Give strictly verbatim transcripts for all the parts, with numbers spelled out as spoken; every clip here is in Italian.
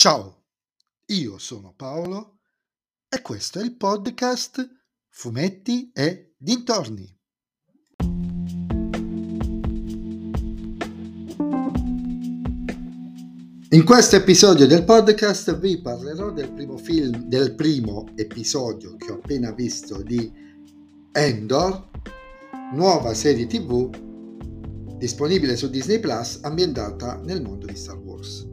Ciao, io sono Paolo e questo è il podcast Fumetti e Dintorni. In questo episodio del podcast vi parlerò del primo film, del primo episodio che ho appena visto di Andor, nuova serie tivù disponibile su Disney Plus, ambientata nel mondo di Star Wars.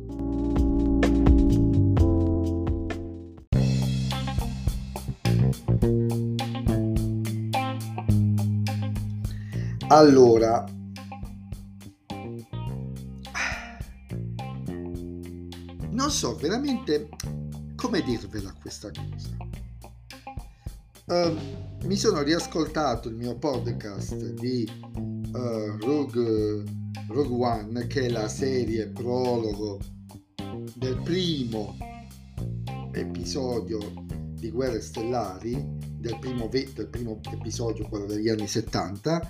Allora, non so veramente come dirvela questa cosa. Uh, mi sono riascoltato il mio podcast di uh, Rogue, Rogue One, che è la serie prologo del primo episodio di Guerre Stellari, del primo, del primo episodio, quello degli anni settanta,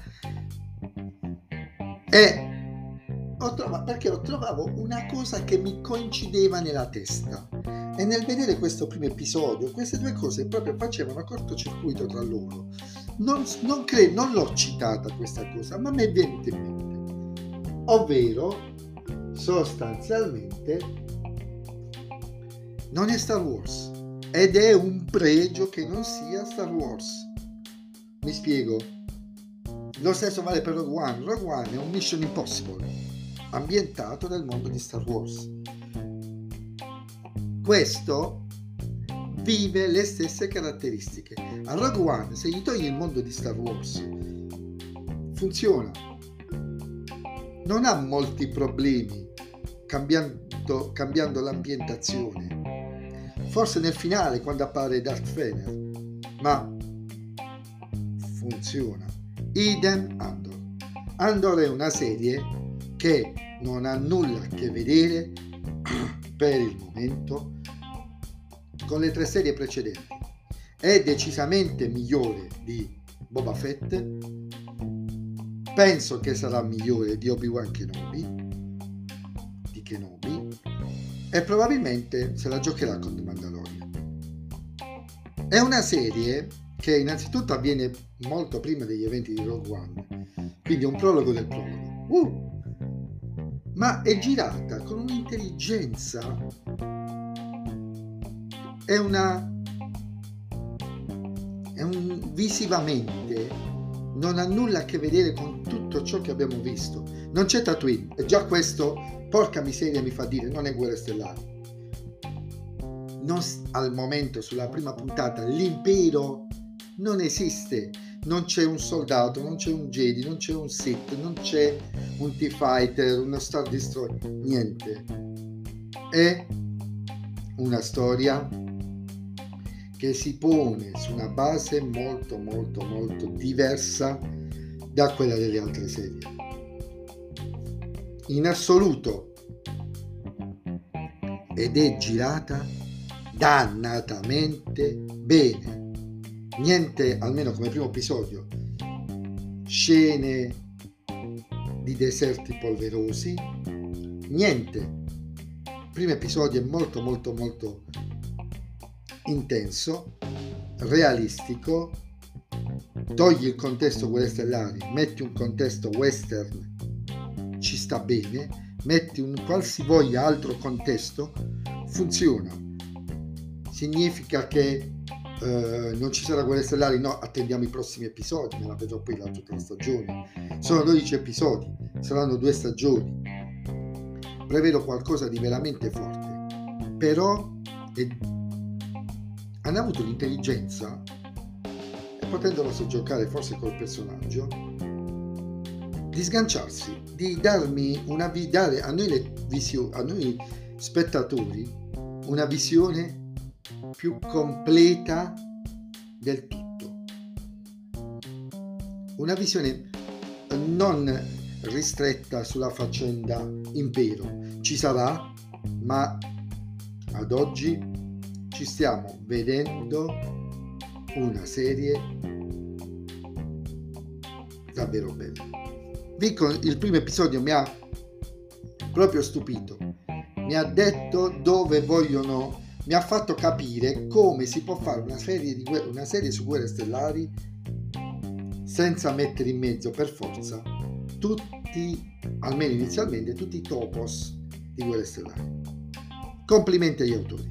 e ho trovato, perché ho trovato una cosa che mi coincideva nella testa, e nel vedere questo primo episodio queste due cose proprio facevano cortocircuito tra loro. Non, non, credo, non l'ho citata questa cosa, ma mi è venuta in mente, ovvero sostanzialmente non è Star Wars, ed è un pregio che non sia Star Wars. Mi spiego. Lo stesso vale per Rogue One. Rogue One è un Mission Impossible ambientato nel mondo di Star Wars. Questo vive le stesse caratteristiche. A Rogue One, se gli togli il mondo di Star Wars, funziona. Non ha molti problemi cambiando, cambiando l'ambientazione. Forse nel finale, quando appare Darth Vader, ma funziona. Idem Andor. Andor è una serie che non ha nulla a che vedere per il momento con le tre serie precedenti. È decisamente migliore di Boba Fett. Penso che sarà migliore di Obi-Wan Kenobi, di Kenobi, e probabilmente se la giocherà con The Mandalorian. È una serie che innanzitutto avviene molto prima degli eventi di Rogue One, quindi è un prologo del prologo, uh! ma è girata con un'intelligenza, è una è un visivamente non ha nulla a che vedere con tutto ciò che abbiamo visto. Non c'è Tatooine, e già questo, porca miseria, mi fa dire non è Guerre Stellari. Non, al momento, sulla prima puntata, l'impero non esiste, non c'è un soldato, non c'è un Jedi, non c'è un Sith, non c'è un T-Fighter, uno Star Destroyer, niente. È una storia che si pone su una base molto molto molto diversa da quella delle altre serie. In assoluto. Ed è girata dannatamente bene. Niente, almeno come primo episodio, scene di deserti polverosi, niente. Il primo episodio è molto molto molto intenso, realistico, togli il contesto Guerre Stellari, metti un contesto western, ci sta bene, metti un qualsivoglia altro contesto, funziona. Significa che Uh, non ci sarà Guerre Stellari? No, attendiamo i prossimi episodi, me la vedrò poi la tutta la stagione. Sono dodici episodi, saranno due stagioni. Prevedo qualcosa di veramente forte, però è... hanno avuto l'intelligenza, e potendolo soggiocare forse col personaggio, di sganciarsi, di darmi una vi- dare a noi le visio- a noi spettatori una visione più completa del tutto, una visione non ristretta sulla faccenda impero. Ci sarà, ma ad oggi ci stiamo vedendo una serie davvero bella. Dico, il primo episodio mi ha proprio stupito, mi ha detto dove vogliono, mi ha fatto capire come si può fare una serie, di, una serie su Guerre Stellari senza mettere in mezzo per forza tutti, almeno inizialmente, tutti i topos di Guerre Stellari. Complimenti agli autori.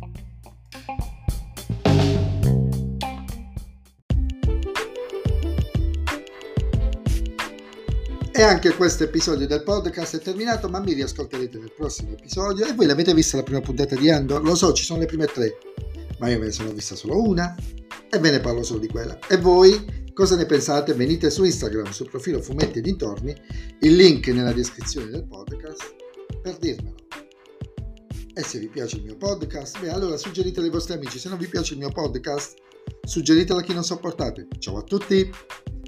E anche questo episodio del podcast è terminato, ma mi riascolterete nel prossimo episodio. E voi l'avete vista la prima puntata di Andor? Lo so, ci sono le prime tre, ma io me ne sono vista solo una e ve ne parlo solo di quella. E voi cosa ne pensate? Venite su Instagram, sul profilo Fumetti e Dintorni, il link nella descrizione del podcast, per dirmelo. E se vi piace il mio podcast, beh, allora suggeritelo ai vostri amici. Se non vi piace il mio podcast, suggeritelo a chi non sopportate. Ciao a tutti!